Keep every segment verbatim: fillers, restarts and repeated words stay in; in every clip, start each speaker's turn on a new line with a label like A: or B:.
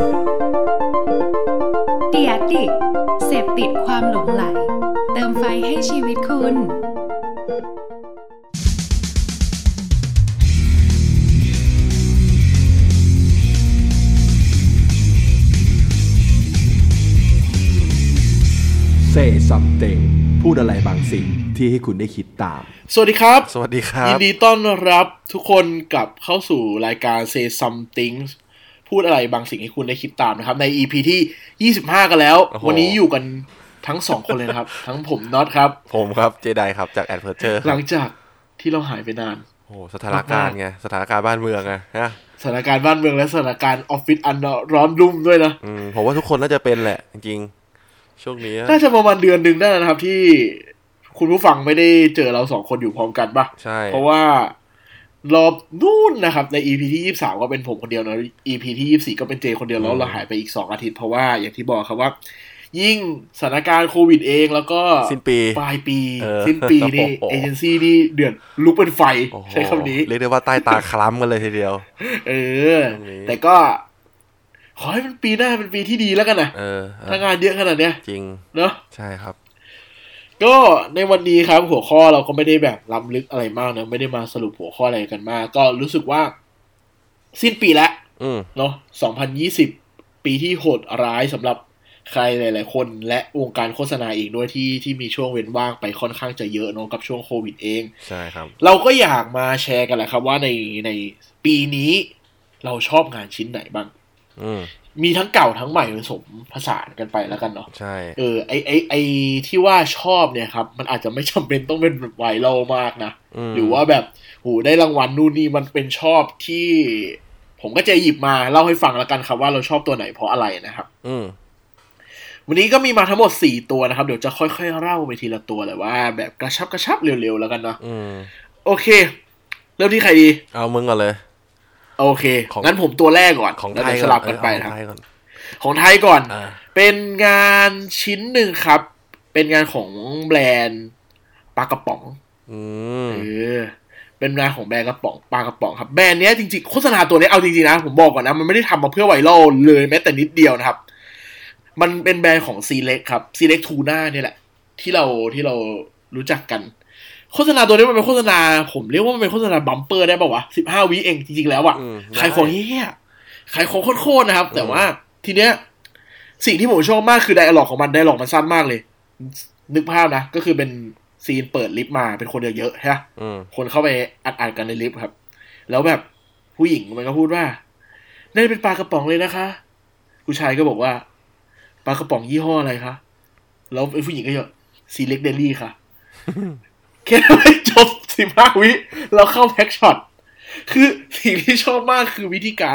A: เดียดิเสพติดความหลงใหลเติมไฟให้ชีวิตคุณ
B: Say something พูดอะไรบางสิ่งที่ให้คุณได้คิดตาม
C: สวัสดีครับ
D: สวัสดีครับ
C: ยินดีต้อนรับทุกคนกลับเข้าสู่รายการ Say something พูดอะไรบางสิ่งให้คุณได้คิดตามนะครับใน อี พี ที่ยี่สิบห้ากันแล้ววันนี้อยู่กันทั้งสองคนเลยนะครับ ทั้งผมน็อตครับ
D: ผมครับเจไดครับจากแอดเพิร์เจอร์
C: หลังจากที่เราหายไปนาน
D: โอ้สถานการณ์ไงสถานการณ์บ้านเมืองไงฮะ
C: สถานการณ์บ้านเมืองและสถานการณ์ออฟฟิศอันร้อนรุ่มด้วยนะ
D: อืมผมว่าทุกคนน่าจะเป็นแหละจริงๆช่วงนี้
C: น่าจะประมาณเดือนนึงได้นะครับที่คุณผู้ฟังไม่ได้เจอเราสองคนอยู่พร้อมกันป่ะ
D: ใช่
C: เพราะว่ารอบนู่นนะครับใน อี พี ที่ยี่สิบสามก็เป็นผมคนเดียวนะ อี พี ที่ยี่สิบสี่ก็เป็นเจคนเดียวแล้วเราหายไปอีกสองอาทิตย์เพราะว่าอย่างที่บอกครับว่ายิ่งสถานการณ์โควิดเองแล้วก็
D: สิ้นปี
C: ปลายปีสิ้นปีนี่เอเจนซี่นี่เดือดลุกเป็นไฟใช้คำนี้
D: เรียกได้ว่าใต้ตาคล้ำกันเลยทีเดียว
C: เออแต่ก็ขอให้มันปีหน้าเป็นปีที่ดีแล้วกันนะถ้างานเยอะขนาดเนี้ย
D: จริง
C: เนอะ
D: ใช่ครับ
C: ก็ในวันนี้ครับหัวข้อเราก็ไม่ได้แบบล้ำลึกอะไรมากนะไม่ได้มาสรุปหัวข้ออะไรกันมากก็รู้สึกว่าสิ้นปีแล้วเนาะสองพันยี่สิบปีที่โหดร้ายสำหรับใครหลายๆคนและวงการโฆษณาเองด้วยที่ที่มีช่วงเว้นว่างไปค่อนข้างจะเยอะเนาะกับช่วงโควิดเอง
D: ใช่ครับ
C: เราก็อยากมาแชร์กันแหละครับว่าในในปีนี้เราชอบงานชิ้นไหนบ้างมีทั้งเก่าทั้งใหม่ผสมผสานกันไปแล้วกันเนาะ
D: ใช่
C: เออไอไอไอที่ว่าชอบเนี่ยครับมันอาจจะไม่จำเป็นต้องเป็นไวรัลมากนะหรือว่าแบบโหได้รางวัลนู่นนี่มันเป็นชอบที่ผมก็จะหยิบมาเล่าให้ฟังแล้วกันครับว่าเราชอบตัวไหนเพราะอะไรนะครับ
D: อืม
C: วันนี้ก็มีมาทั้งหมดสี่ตัวนะครับเดี๋ยวจะค่อยๆเล่าไปทีละตัวเลยว่าแบบกระชับกระชับเร็วๆแล้วกันเนาะโอเคเริ่มที่ใครดี
D: เอามึงก่อนเลย
C: โอเคงั้นผมตัวแรกก่อน
D: ของไทย
C: สลับกันไปครับของไทยก่อนเป็นงานชิ้นหนึ่งครับเป็นงานของแบรนด์ปลากระป๋องเออเป็นงานของแบรนด์กระป๋องปลากระป๋องครับแบรนด์เนี้ยจริงๆโฆษณาตัวนี้เอาจริงๆนะผมบอกก่อนนะมันไม่ได้ทำมาเพื่อไวรัลเลยแม้แต่นิดเดียวนะครับมันเป็นแบรนด์ของ Select ครับ Select Tuna เนี่ยแหละที่เราที่เรารู้จักกันโฆษณาตัวนี้มันเป็นโฆษณาผมเรียกว่ามันเป็นโฆษณาบัมเปอร์ได้ป่าววะสิบห้าวิเองจริงๆแล้วอ่ะขายของเหี้ยขายของโคตรๆนะครับแต่ว่าทีเนี้ยสิ่งที่ผมชอบมากคือไดอะล็อกของมันไดอะล็อกมันสั้นมากเลยนึกภาพนะก็คือเป็นซีนเปิดลิฟต์มาเป็นคนเยอะๆใช่ป่ะคนเข้าไปอัดๆกันในลิฟต์ครับแล้วแบบผู้หญิงมันก็พูดว่านั่นเป็นปลากระป๋องเลยนะคะผู้ชายก็บอกว่าปลากระป๋องยี่ห้ออะไรคะแล้วไอ้ผู้หญิงก็บอก Select Daily ค่ะแค่ไม่จบสิบห้าวิเราเข้าแพ็กช็อตคือสิ่งที่ชอบมากคือวิธีการ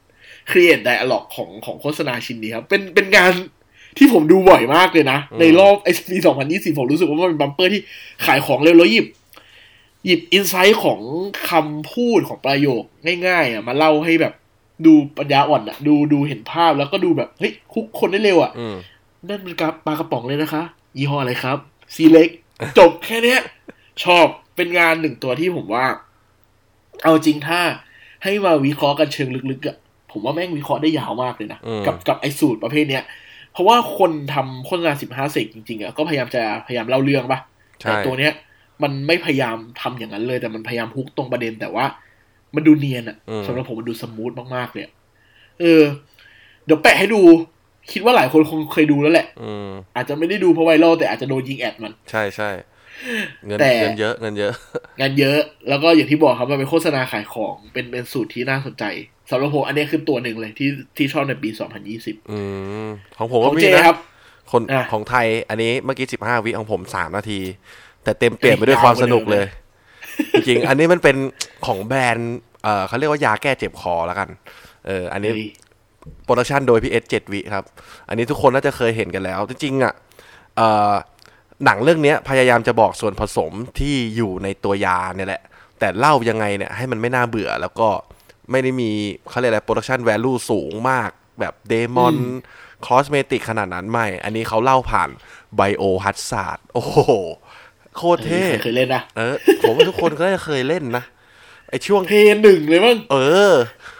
C: create dialogue ของของโฆษณาชิ้นนี้ครับเป็นเป็นงานที่ผมดูบ่อยมากเลยนะในรอบไอ้ปีสองพันยี่สิบผมรู้สึกว่ามันเป็นบัมเปอร์ที่ขายของเร็วแล้วหยิบหยิบอินไซต์ของคำพูดของประโยคง่ายๆอ่ะมาเล่าให้แบบดูปัญญาอ่อนอ่ะดูดูเห็นภาพแล้วก็ดูแบบเฮ้ยคุกคนได้เร็วอ่ะนั่นเป็นปลากระป๋องเลยนะคะยี่ห้ออะไรครับ Select จบแค่นี้ชอบเป็นงานหนึ่งตัวที่ผมว่าเอาจริงถ้าให้มาวิเคราะห์กันเชิงลึกๆอ่ะผมว่าแม่งวิเคราะห์ได้ยาวมากเลยนะกับกับไอ้สูตรประเภทเนี้ยเพราะว่าคนทำโฆษณาสิบห้าเซกจริงๆอ่ะก็พยายามจะพยายามเล่าเรื่องป่ะแต่ตัวเนี้ยมันไม่พยายามทำอย่างนั้นเลยแต่มันพยายามฮุกตรงประเด็นแต่ว่ามันดูเนียนอ่ะสำหรับผมมันดูสมูทมากๆเลยเออเดี๋ยวแปะให้ดูคิดว่าหลายคนคงเคยดูแล้วแหละอาจจะไม่ได้ดูเพราะไวรัลแต่อาจจะโดนยิงแอดมัน
D: ใช่ใช่เงินเงินเยอะเงินเยอะ
C: เงินเยอะแล้วก็อย่างที่บอกครับมันเป็นโฆษณาขายของเป็นเป็นสูตรที่น่าสนใจสำหรับผมอันนี้คือตัวหนึ่งเลยที่ที่ชอบในปีสองพันยี่สิบ
D: อืมของผมก็มีนะครับคนของไทยอันนี้เมื่อกี้สิบห้าวิของผมสามนาทีแต่เต็มเปลี่ยนไปด้วยความสนุกเลยจริงๆอันนี้มันเป็นของแบรนด์เอ่อเขาเรียกว่ายาแก้เจ็บคอแล้วกันเอออันนี้โปรดักชันโดยพี่เอสเจ็ดวิครับอันนี้ทุกคนน่าจะเคยเห็นกันแล้วจริงๆอ่ะเอ่อหนังเรื่องนี้พยายามจะบอกส่วนผสมที่อยู่ในตัวยาเนี่ยแหละแต่เล่ายังไงเนี่ยให้มันไม่น่าเบื่อแล้วก็ไม่ได้มีเขาเรียกอะไรโปรดักชันแวลูสูงมากแบบเดมอนคอสเมติกขนาดนั้นไม่อันนี้เขาเล่าผ่านไบโอฮัซซาร์ดโอ้โหโคตรเท่
C: เคยเล่นนะ
D: เออผมว่าทุกคนก็เคยเล่นนะไอช่วง
C: เพย์หนึ่งเลยมั้ง
D: เออ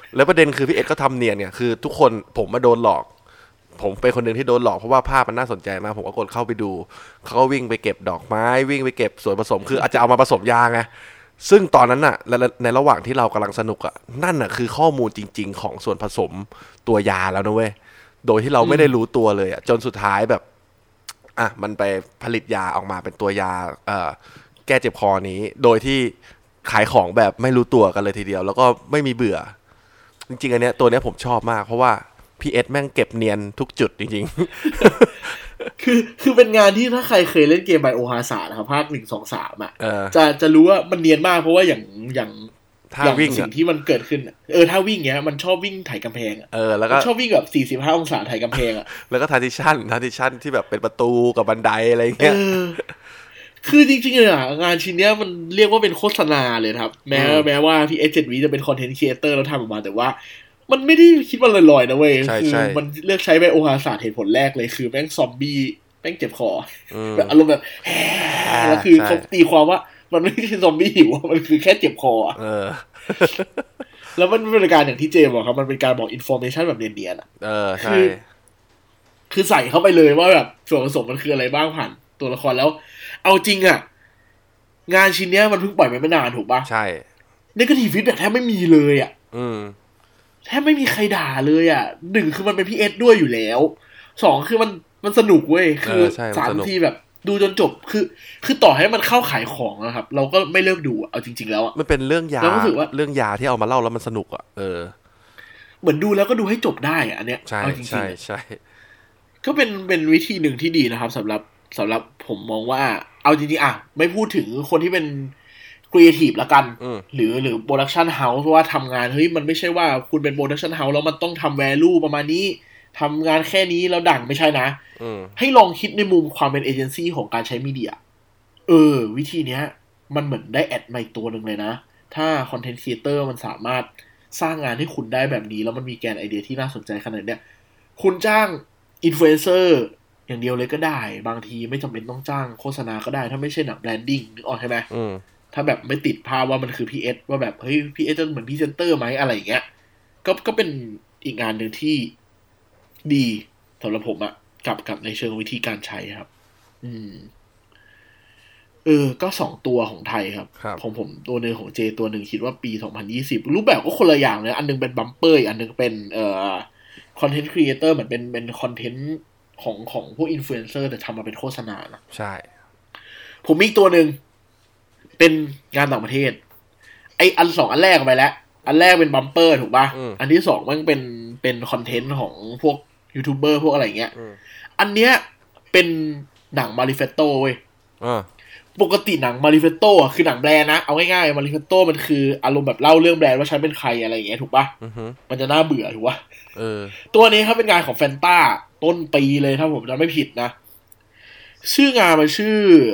D: แล้วประเด็นคือพี่เอ็ดก็ทำเนียนเนี่ยคือทุกคนผมมาโดนหลอกผมเป็นคนหนึ่งที่โดนหลอกเพราะว่าภาพมันน่าสนใจมากผมก็กดเข้าไปดูเขาก็วิ่งไปเก็บดอกไม้วิ่งไปเก็บส่วนผสมคืออาจจะเอามาผสมยาไงซึ่งตอนนั้นน่ะในระหว่างที่เรากำลังสนุกอ่ะนั่นน่ะคือข้อมูลจริงๆของส่วนผสมตัวยาแล้วนะเว้ยโดยที่เราไม่ได้รู้ตัวเลยอ่ะจนสุดท้ายแบบอ่ะมันไปผลิตยาออกมาเป็นตัวยาเอ่อแก้เจ็บคอนี้โดยที่ขายของแบบไม่รู้ตัวกันเลยทีเดียวแล้วก็ไม่มีเบื่อจริงๆอันเนี้ยตัวเนี้ยผมชอบมากเพราะว่าพี่เอสแม่งเก็บเนียนทุกจุดจริงๆ
C: คือคือเป็นงานที่ถ้าใครเคยเล่นเกมไบโอฮาซาร์ดนะครับภาคหนึ่ง สอง สามอ่ะจะจะรู้ว่ามันเนียนมากเพราะว่าอย่างอย่างอย่างสิ่งที่มันเกิดขึ้นเออถ้าวิ่งเงี้ยมันชอบวิ่งไถกำแพงอ่ะ
D: เออแล้วก็
C: ชอบวิ่งแบบสี่สิบห้าองศาไถกำแพงอ่ะ
D: แล้วก็ทาร์ติชั่นทาร์ติชั่นที่แบบเป็นประตูกับบันไดอะไรเงี้ย
C: คือจริงๆเลยอ่ะงานชิ้นเนี้ยมันเรียกว่าเป็นโฆษณาเลยครับแม้แม้ว่าพี่เอเจนต์วีจะเป็นคอนเทนต์ครีเอเตอร์แล้วทำออกมาแต่ว่ามันไม่ได้คิดว่าลอยๆนะเว้ยคือมันเลือกใช้ไบโอฮาซาร์ดเหตุผลแรกเลยคือแม่งซอมบี้แม่งเจ็บคอแบบอารมณ์แบบแล้วคือเขาตีความว่ามันไม่ใช่ซอมบี้หิวมันคือแค่เจ็บคออ่ะแล้วมันเป็นการอย่างที่เจบอกครับมันเป็นการบอกอินโฟเมชันแบบเนียนๆอ่ะคือคือใส่เข้าไปเลยว่าแบบส่วนผสมมันคืออะไรบ้างผ่านตัวละครแล้วเอาจริงอ่ะงานชิ้นเนี้ยมันเพิ่งปล่อยไปไม่นานถูกป่ะ
D: ใช่
C: เนกาทีฟฟีดแบ็กแทบไม่มีเลยอ่ะ
D: อืม
C: แทบไม่มีใครด่าเลยอ่ะหนึ่งคือมันเป็นพี่เอสด้วยอยู่แล้วสองคือมันมันสนุกเว้ยคือสามทีแบบดูจนจบคือคือต่อให้มันเข้าขายของนะครับเราก็ไม่เลิกดูเอาจริงๆแล้วอ่ะ
D: มันเป็นเรื่องยา
C: เรารู้สึกว่า
D: เรื่องยาที่เอามาเล่าแล้วมันสนุกอ่ะเออ
C: เหมือนดูแล้วก็ดูให้จบได้อ่ะอันเนี้ย
D: เอาจริงๆใช่ใช่
C: ก็เป็นเป็นวิธีหนึ่งที่ดีนะครับสำหรับสำหรับผมมองว่าเอาจริงๆอ่ะไม่พูดถึงคนที่เป็นครีเอทีฟละกันหรือหรือโปรดักชันเฮาส์ว่าทำงานเฮ้ยมันไม่ใช่ว่าคุณเป็นโปรดักชันเฮาส์แล้วมันต้องทำแวลูประมาณนี้ทำงานแค่นี้แล้วดังไม่ใช่นะให้ลองคิดในมุมความเป็นเอเจนซี่ของการใช้มีเดียเออวิธีเนี้ยมันเหมือนได้แอดใหม่ตัวหนึ่งเลยนะถ้าคอนเทนต์ครีเอเตอร์มันสามารถสร้างงานให้คุณได้แบบนี้แล้วมันมีแกนไอเดียที่น่าสนใจขนาดเนี้ยคุณจ้างอินฟลูเอนเซอร์อย่างเดียวเลยก็ได้บางทีไม่จำเป็นต้องจ้างโฆษณาก็ได้ถ้าไม่ใช่หนังแบรนดิ้งนึกออกใช่ไหมถ้าแบบไม่ติดภาพว่ามันคือพีเอสว่าแบบเฮ้ยพีเอสจะเหมือนพรีเซนเตอร์ไหมอะไรอย่างเงี้ยก็ก็เป็นอีกงานหนึ่งที่ดีสำหรับผมอะกับกับในเชิงวิธีการใช้ครับอืมเออก็สองตัวของไทยครับของผมตัวนึงของเจตัวหนึ่งคิดว่าปีสองพันยี่สิบรูปแบบก็คนละอย่างเลยอันนึงเป็นบัมเปอร์อันนึงเป็นเอ่อคอนเทนต์ครีเอเตอร์เหมือนเป็นเป็นคอนเทนต์ของของพวกอินฟลูเอนเซอร์แต่ทำมาเป็นโฆษณานะ
D: ใช่
C: ผมมีตัวหนึ่งเป็นงานต่างประเทศไออันสองอันแรกไปแล้วอันแรกเป็นบัมเปอร์ถูกป่ะ อ, อันที่สองมันเป็นเป็นคอนเทนต์ของพวกยูทูบเบอร์พวกอะไรเงี้ย อ, อันเนี้ยเป็นหนังมาริเฟโต้เว้ยปกติหนังมาริเฟโต้คือหนังแบรนด์นะเอาง่ายๆมาริเฟโต้มันคืออารมณ์แบบเล่าเรื่องแบรนด์ว่าฉันเป็นใครอะไรอย่างเงี้ยถูกป่ะมันจะน่าเบื่อถูกป่ะตัวนี้ครับเป็นงานของแฟนต้าต้นปีเลยถ้าผมจำไม่ผิดนะชื่องานมันชื่อ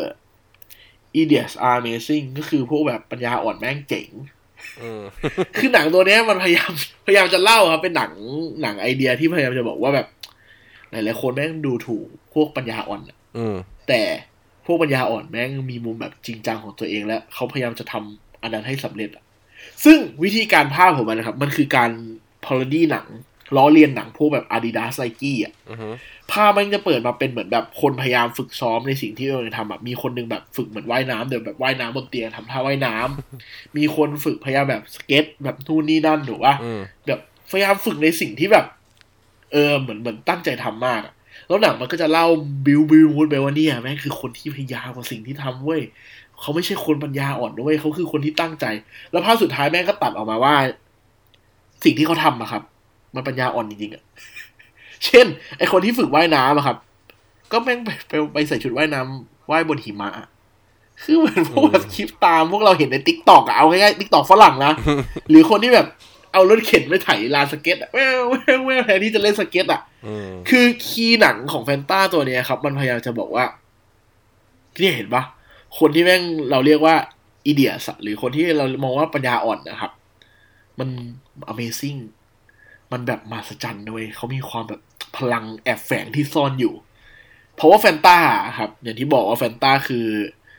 C: Idiots are amazing ก็คือพวกแบบปัญญาอ่อนแม่งเจ๋งคือหนังตัวนี้มันพยายามพยายามจะเล่าครับเป็นหนังหนังไอเดียที่พยายามจะบอกว่าแบบหลายๆคนแม่งดูถูกพวกปัญญาอ่อนแต่พวกปัญญาอ่อนแม่งมีมุมแบบจริงจังของตัวเองและเขาพยายามจะทำอันนั้นให้สำเร็จซึ่งวิธีการภาพของมันนะครับมันคือการพาโรดี้หนังล้อเลียนหนังพวกแบบ Adidas Nike อ่ะภาพมันจะเปิดมาเป็นเหมือนแบบคนพยายามฝึกซ้อมในสิ่งที่เราทำแบบมีคนนึงแบบฝึกเหมือนว่ายน้ำเดินแบบว่ายน้ำบนเตียงทำท่าว่ายน้ำมีคนฝึกพยายามแบบสเก็ตแบบนู่นนี่นั่นถูกป่ะแบบพยายามฝึกในสิ่งที่แบบเออเหมือนเหมือนตั้งใจทำมากแล้วหนังมันก็จะเล่าบิวบิวมูดไปว่าเนี่ยแม่งคือคนที่พยายามกับสิ่งที่ทำเว้ยเขาไม่ใช่คนปัญญาอ่อนด้วยเขาคือคนที่ตั้งใจแล้วภาพสุดท้ายแม่งก็ตัดออกมาว่าสิ่งที่เขาทำอะครับมันปัญญาอ่อนจริงๆอะเช่นไอคนที่ฝึกว่ายน้ำอะครับก็แม่งไปไปไปใส่ชุดว่ายน้ำว่ายบนหิมะคือเหมือนพวกแบบคลิปตามพวกเราเห็นใน TikTok อ่ะเอาง่ายๆ TikTok ฝรั่งนะ หรือคนที่แบบเอารถเข็นไปไถลานสเก็ตอ่ะแว่วแว่วแทนที่จะเล่นสเก็ตอ่ะคือคีย์หนังของแฟนต้าตัวเนี้ยครับมันพยายามจะบอกว่าเนี่ยเห็นปะคนที่แม่งเราเรียกว่าอีเดียสหรือคนที่เรามองว่าปัญญาอ่อนนะครับมัน Amazing มันแบบมหัศจรรย์ด้วยเขามีความแบบพลังแอบแฝงที่ซ่อนอยู่เพราะว่าแฟนต้าครับอย่างที่บอกว่าแฟนต้าคือ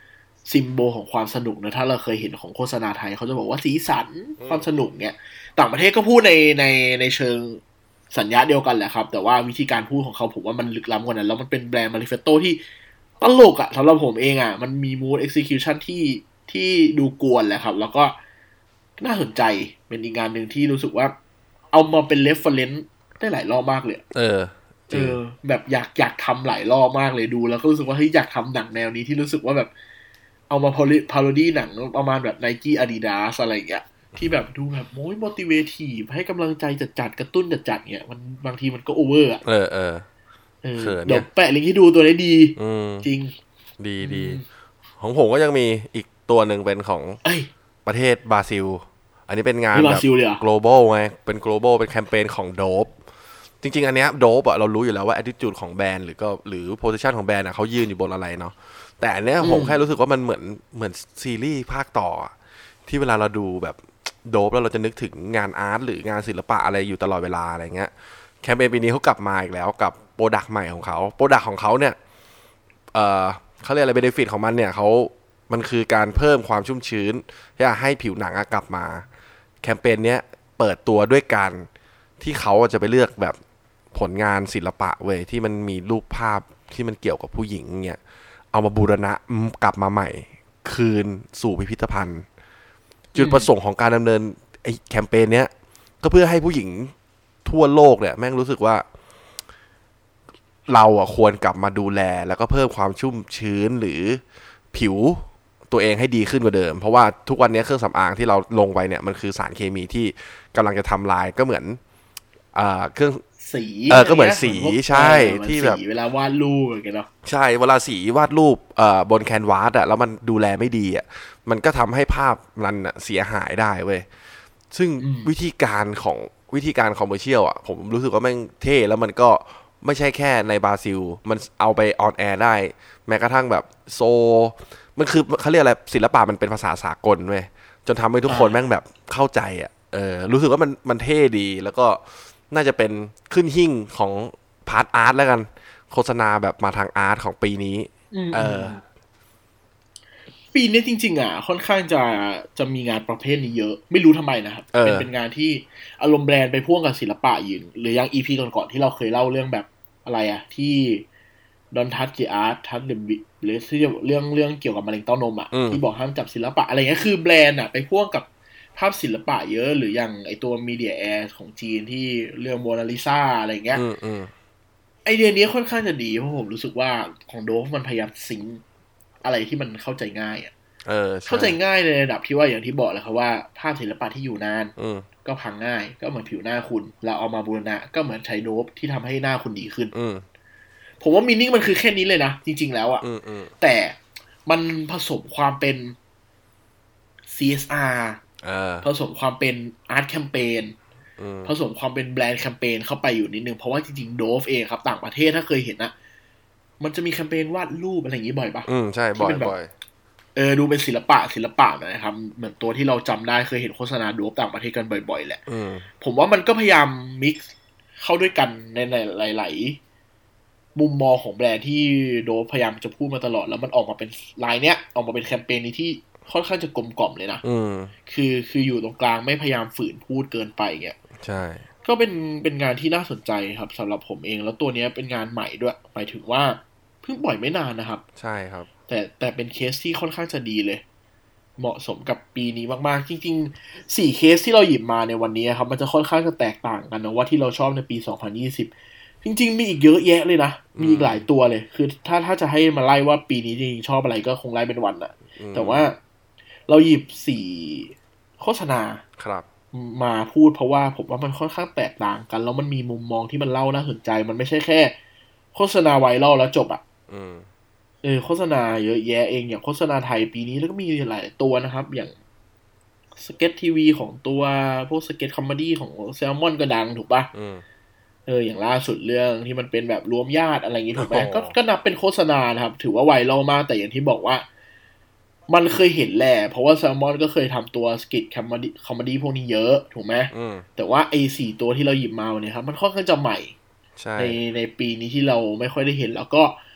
C: ซิมโบลของความสนุกนะถ้าเราเคยเห็นของโฆษณาไทยเขาจะบอกว่าสีสันความสนุกเนี่ยต่างประเทศก็พูดในในในเชิงสัญญาเดียวกันแหละครับแต่ว่าวิธีการพูดของเขาผมว่ามันลึกล้ำกว่านั้นแล้วมันเป็นแบรนด์มาริเฟโต้ที่ตลกอะสำหรับผมเองอะมันมี mood execution ที่ที่ดูกวนแหละครับแล้วก็น่าสนใจเป็นอีกงานหนึ่งที่รู้สึกว่าเอามาเป็น reference ได้หลายรอบมากเลย
D: เออ
C: เออแบบอยากอยากทำหลายรอบมากเลยดูแล้วก็รู้สึกว่าเฮ้ยอยากทำหนังแนวนี้ที่รู้สึกว่าแบบเอามาพาโรดี้หนังประมาณแบบ Nike Adidas อะไรอย่างเงี้ยที่แบบดูแบบโม้ย motivative ให้กำลังใจจัดๆกระตุ้นจัดๆเงี้ยมันบางทีมันก็โอเวอร์อ่ะ
D: เออเออ
C: เออเดี๋ยวแปะลิงก์ให้ดูตัวนี้ดีจริง
D: ดีดีของผมก็ยังมีอีกตัวหนึ่งเป็นของประเทศบราซิลอันนี้เป็นงานแบบ global ไงเป็น global เป็นแคมเปญของโดปจริงๆอันเนี้ยโดปอ่ะเรารู้อยู่แล้วว่า attitude ของแบรนด์หรือก็หรือ position ของแบรนด์อ่ะเขายืนอยู่บนอะไรเนาะแต่อันเนี้ยผมแค่รู้สึกว่ามันเหมือนเหมือนซีรีส์ภาคต่อที่เวลาเราดูแบบโดปแล้วเราจะนึกถึงงานอาร์ตหรืองานศิลปะอะไรอยู่ตลอดเวลาอะไรเงี้ยแคมเปญปีนี้เขากลับมาอีกแล้วกับโปรดักต์ใหม่ของเขาโปรดักต์ของเขาเนี่ยเอ่อเขาเรียกอะไรเบเนฟิตของมันเนี่ยเขามันคือการเพิ่มความชุ่มชื้นที่จะให้ผิวหนังกลับมาแคมเปญเนี้ยเปิดตัวด้วยการที่เขาจะไปเลือกแบบผลงานศิลปะเว้ยที่มันมีรูปภาพที่มันเกี่ยวกับผู้หญิงเนี่ยเอามาบูรณะกลับมาใหม่คืนสู่พิพิธภัณฑ์จุดประสงค์ของการดำเนินไอ้แคมเปญเนี้ยก็เพื่อให้ผู้หญิงทั่วโลกเนี่ยแม่งรู้สึกว่าเราอ่ะควรกลับมาดูแลแล้วก็เพิ่มความชุ่มชื้นหรือผิวตัวเองให้ดีขึ้นกว่าเดิมเพราะว่าทุกวันนี้เครื่องสำอางที่เราลงไปเนี่ยมันคือสารเคมีที่กำลังจะทำลายก็เหมือนอ่าเครื่อง
C: สี
D: เออก็เหมือนสีใช่ที่แบบ
C: เวลาวาดรูปอะไรกันเนาะ
D: ใช่เวลาสีวาดรูปเอ่อบนแคนวาสอ่ะแล้วมันดูแลไม่ดีอ่ะมันก็ทำให้ภาพมันเสียหายได้เว้ยซึ่งวิธีการของวิธีการคอมเมอร์เชียลอ่ะผมรู้สึกว่าแม่งเท่แล้วมันก็ไม่ใช่แค่ในบราซิลมันเอาไปออนแอร์ได้แม้กระทั่งแบบโซมันคือเขาเรียกอะไรศิลปะมันเป็นภาษาสากลเว้ยจนทำให้ทุกคนแม่งแบบเข้าใจอ่ะเออรู้สึกว่ามันมันเท่ดีแล้วก็น่าจะเป็นขึ้นหิ้งของพาร์ทอาร์ตแล้วกันโฆษณาแบบมาทางอาร์ตของปีนี้เออ
C: ปีนี้จริงๆอ่ะค่อนข้างจะจะมีงานประเภทนี้เยอะไม่รู้ทำไมนะครับเป็นเป็นงานที่อารมณ์แบรนด์ไปพ่วงกับศิลปะยืนหรือยัง อี พี ก่อนๆที่เราเคยเล่าเรื่องแบบอะไรอ่ะที่ Don't Touch the Art Touch the Beat หรือที่เรื่องเรื่องเกี่ยวกับมะเร็งเต้านมอ่ะที่บอกห้ามจับศิลปะอะไรเงี้ยคือแบรนด์อ่ะไปพ่วงกับภาพศิลปะเยอะหรืออย่างไอตัว Media Air ของจีนที่เรื่องโมนาลิซาอะไรเงี้ยไอเดียนี้ค่อนข้างจะดีเพราะผมรู้สึกว่าของโดฟมันพยายามซิงค์อะไรที่มันเข้าใจง่ายอ่ะ
D: เออ
C: เข้าใจง่ายในระดับที่ว่าอย่างที่บอกเลยครับว่าภาพศิลปะที่อยู่นานก็พังง่ายก็เหมือนผิวหน้าคุณเราเอามาบูรณะก็เหมือนใช้โดฟที่ทำให้หน้าคุณดีขึ้นผมว่ามีนิ่งมันคือแค่นี้เลยนะจริงๆแล้วอ่ะแต่มันผสมความเป็น ซี เอส อาร์ ผสมความเป็นอาร์ตแคมเปญผสมความเป็นแบรนด์แคมเปญเข้าไปอยู่นิดนึงเพราะว่าจริงๆโดฟเองครับต่างประเทศถ้าเคยเห็นนะมันจะมีแคมเปญวาดรูปอะไรอย่างนี้บ่อยปะ
D: อืมใช่บ่อยบ่อย
C: เออดูเป็นศิลปะศิลปะนะครับเหมือนตัวที่เราจำได้เคยเห็นโฆษณาโดฟต่างประเทศกันบ่อยๆแหละผมว่ามันก็พยายามมิกซ์เข้าด้วยกันในหลายๆมุมมองของแบรนด์ที่โดฟพยายามจะพูดมาตลอดแล้วมันออกมาเป็นลายเนี้ยออกมาเป็นแคมเปญนี้ที่ค่อนข้างจะกลมกล่อมเลยนะคือคืออยู่ตรงกลางไม่พยายามฝืนพูดเกินไปเงี้ย
D: ใช่
C: ก็เป็นเป็นงานที่น่าสนใจครับสำหรับผมเองแล้วตัวนี้เป็นงานใหม่ด้วยหมายถึงว่าเพิ่งปล่อยไม่นานนะครับ
D: ใช่ครับ
C: แต่แต่เป็นเคสที่ค่อนข้างจะดีเลยเหมาะสมกับปีนี้มากๆจริงๆสี่เคสที่เราหยิบมาในวันนี้ครับมันจะค่อนข้างจะแตกต่างกันนะว่าที่เราชอบในปีสองพันยี่สิบจริงๆมีอีกเยอะแยะเลยนะมีอีกหลายตัวเลยคือถ้าถ้าจะให้มาไล่ว่าปีนี้จริงๆชอบอะไรก็คงไล่เป็นวันน่ะแต่ว่าเราหยิบสี่โฆษณา
D: ครับ
C: มาพูดเพราะว่าผมว่ามันค่อนข้างแตกต่างกันแล้วมันมีมุมมองที่มันเล่าน่าสนใจมันไม่ใช่แค่โฆษณาไวรัลแล้วจบอ่ะเออโฆษณาเยอะแยะเองอย่างโฆษณาไทยปีนี้แล้วก็มีหลายตัวนะครับอย่างสเก็ตทีวีของตัวพวกสเก็ตคอมเมดี้ของแซลมอนก็ดังถูกป่ะเอออย่างล่าสุดเรื่องที่มันเป็นแบบรวมญาติอะไรอย่างงี้ถูกไหมก็ก็นับเป็นโฆษณานะครับถือว่าไวรัลมากแต่อย่างที่บอกว่ามันเคยเห็นแหละเพราะว่าแซลมอนก็เคยทำตัวสกิทคอมเมดี้คอมเมดี้พวกนี้เยอะถูกไหมแต่ว่าไอ้สี่ตัวที่เราหยิบมาเนี่ยครับมันค่อนข้างจะใหม่ในในปีนี้ที่เราไม่ค่อยได้เห็นแล้วก็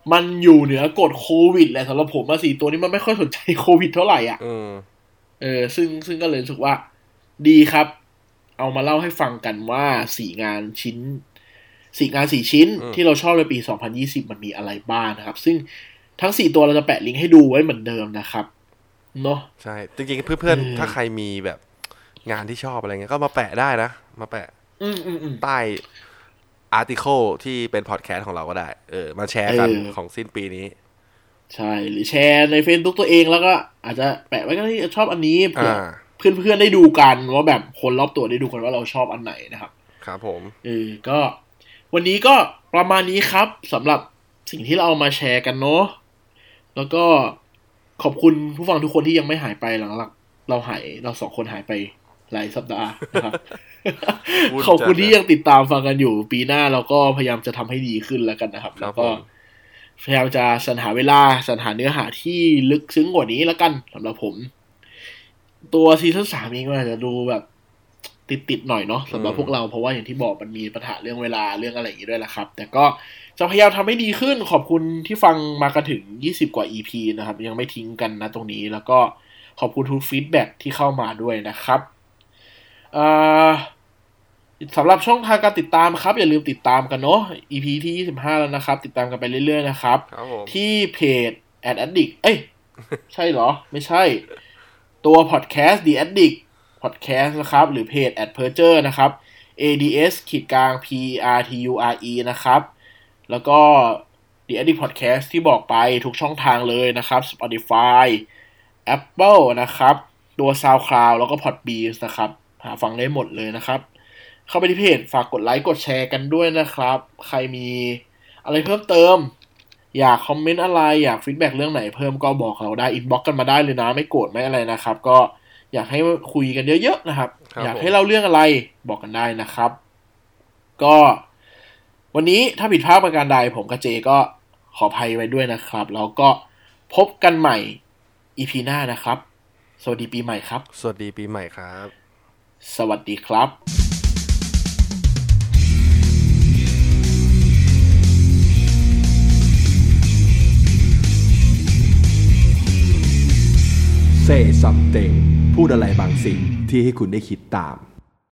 C: มันอยู่เหนือกฎโควิดแหละสำหรับผมมาสี่ตัวนี้มันไม่ค่อยสนใจโควิดเท่าไหร่อ่ะเออซึ่งซึ่งก็เลยรู้สึกว่าดีครับเอามาเล่าให้ฟังกันว่าสี่งานชิ้นสี่งานสี่ชิ้นที่เราชอบในปีสองพันยี่สิบมันมีอะไรบ้างนะครับซึ่งทั้งสี่ตัวเราจะแปะลิงก์ให้ดูไว้เหมือนเดิมนะครับเนาะ
D: ใช่จริงๆเพื่อนๆถ้าใครมีแบบงานที่ชอบอะไรเงี้ยก็มาแปะได้นะมาแปะใต้อาร์ติเคิลที่เป็นพอดแคสต์ของเราก็ได้เออมาแชร์กันของสิ้นปีนี้
C: ใช่หรือแชร์ใน Facebook ตัวเองแล้วก็อาจจะแปะไว้ก็ได้ชอบอันนี้เพื่อเพื่อนๆได้ดูกันว่าแบบคนรอบตัวได้ดูกันว่าเราชอบอันไหนนะครับ
D: ครับผม
C: เออก็วันนี้ก็ประมาณนี้ครับสำหรับสิ่งที่เราเอามาแชร์กันเนาะแล้วก็ขอบคุณผู้ฟังทุกคนที่ยังไม่หายไปหลังๆเราหายเราสองคนหายไปหลายสัปดาห์นะครับ ขอบคุณที่ยังติดตามฟังกันอยู่ปีหน้าเราก็พยายามจะทำให้ดีขึ้นแล้วกันนะครับแล้วก็พยายามจะสรรหาเวลาสรรหาเนื้อหาที่ลึกซึ้งกว่านี้แล้วกันสำหรับผมตัวซีซั่นสามเองมันอาจจะดูแบบติดๆหน่อยเนาะสำหรับพวกเราเพราะว่าอย่างที่บอกมันมีปัญหาเรื่องเวลาเรื่องอะไรอย่างนี้ด้วยแหละครับแต่ก็จะพยายามทำให้ดีขึ้นขอบคุณที่ฟังมากันถึงยี่สิบกว่า อี พี นะครับยังไม่ทิ้งกันนะตรงนี้แล้วก็ขอบคุณทุกฟีดแบ็กที่เข้ามาด้วยนะครับสำหรับช่องทางการติดตามครับอย่าลืมติดตามกันเนาะ อี พี ที่ยี่สิบห้าแล้วนะครับติดตามกันไปเรื่อยๆนะครับที่เพจ Ad Addict เอ้ยใช่เหรอไม่ใช่ตัว Podcast The Addict Podcast นะครับหรือเพจ Adperture นะครับ เอ ดี เอส ขีดกลาง พี อาร์ ที ยู อาร์ อี นะครับแล้วก็ The Addict Podcast ที่บอกไปทุกช่องทางเลยนะครับ Spotify Apple นะครับตัว SoundCloud แล้วก็ Podbean นะครับหาฟังได้หมดเลยนะครับเข้าไปที่เพจฝากกดไลค์กดแชร์กันด้วยนะครับใครมีอะไรเพิ่มเติมอยากคอมเมนต์อะไรอยากฟีดแบ็กเรื่องไหนเพิ่มก็บอกเราได้อินบ็อกซ์กันมาได้เลยนะไม่โกรธไม่อะไรนะครับก็อยากให้คุยกันเยอะๆนะครับอยากให้เล่าเรื่องอะไรบอกกันได้นะครับก็วันนี้ถ้าผิดพลาดประการใดผมกับเจก็ขออภัยไว้ด้วยนะครับแล้วก็พบกันใหม่ อี พี หน้านะครับสวัสดีปีใหม่ครับ
D: สวัสดีปีใหม่ครับ
C: สวัสดีครับ
B: Say something พูดอะไรบางสิ่งที่ให้คุณได้คิดตาม